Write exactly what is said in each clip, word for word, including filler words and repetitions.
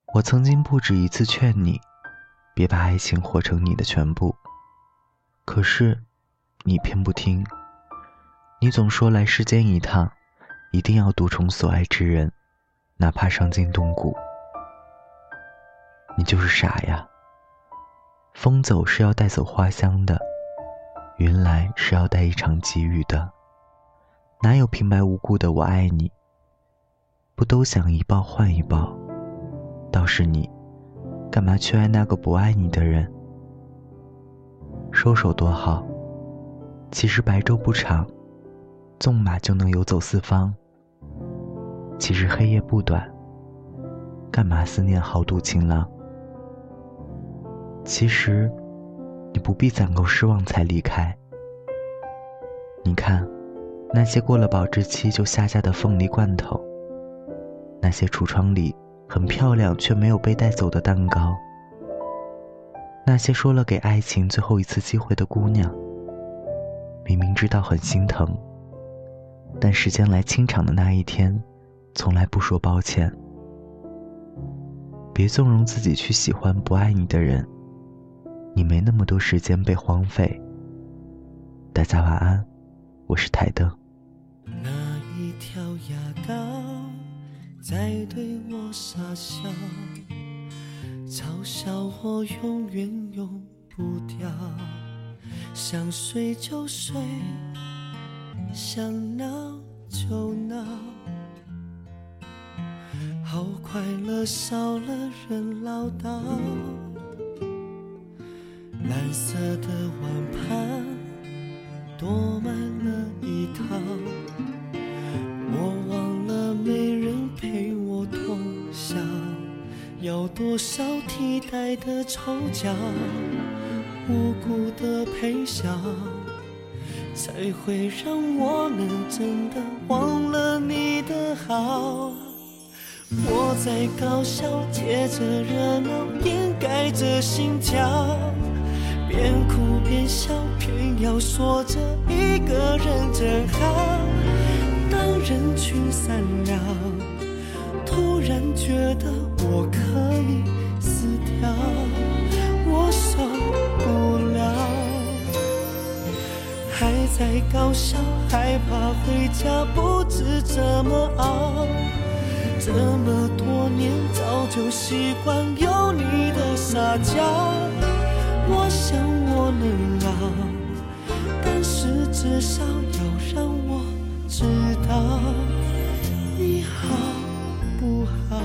我曾经不止一次劝你，别把爱情活成你的全部，可是你偏不听。你总说来世间一趟，一定要独宠所爱之人，哪怕伤筋动骨。你就是傻呀！风走是要带走花香的，云来是要带一场急雨的，哪有平白无故的我爱你？不都想一报换一报？倒是你，干嘛去爱那个不爱你的人？收手多好，其实白昼不长，纵马就能游走四方。其实黑夜不短，干嘛思念豪赌情郎？其实你不必攒够失望才离开。你看，那些过了保质期就下架的凤梨罐头，那些橱窗里很漂亮却没有被带走的蛋糕，那些说了给爱情最后一次机会的姑娘，明明知道很心疼，但时间来清场的那一天，从来不说抱歉。别纵容自己去喜欢不爱你的人，你没那么多时间被荒废。大家晚安，我是台灯。 那一条牙膏在对我傻笑，嘲笑我永远用不掉，想睡就睡，想闹就闹，好快乐少了人唠叨。蓝色的碗盘多买了一套，我忘了没人陪我通宵，要多少替代的丑角，无辜的陪笑，才会让我能真的忘了你的好。我在高笑，借着热闹掩盖着心跳，边哭边笑，偏要说着一个人真好。当人群散了，突然觉得我可以死掉，我受不了。还在高笑，害怕回家不知怎么熬，这么多年早就习惯有你的撒娇。我想我能熬，但是至少要让我知道你好不好。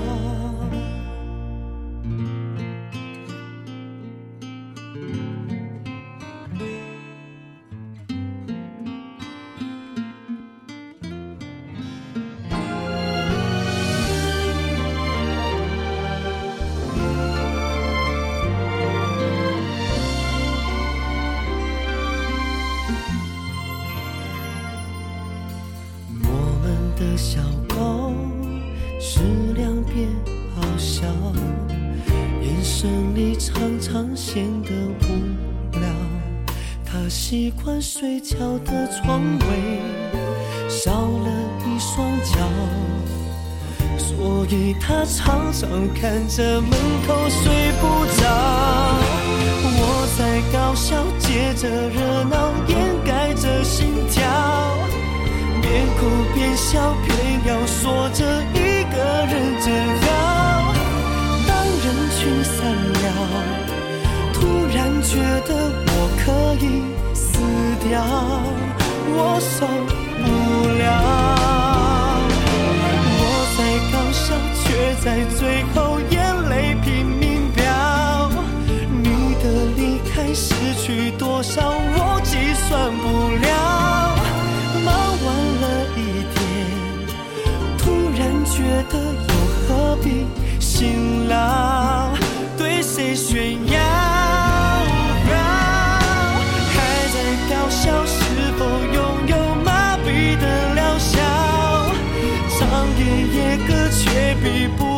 的小狗是两边咆哮，眼神里常常显得无聊。它习惯睡觉的床位少了一双脚，所以它常常看着门口睡不着。我在高笑，借着热闹掩盖着心跳，边哭边笑，偏要说着一个人真好。当人群散了，突然觉得我可以死掉，我受不了。我在高笑，却在最后眼泪拼命飙。你的离开失去多少，我计算不了。忙完了一点，突然觉得又何必辛劳，对谁炫耀？还在高笑，是否拥有麻痹的疗效？唱夜夜歌却比不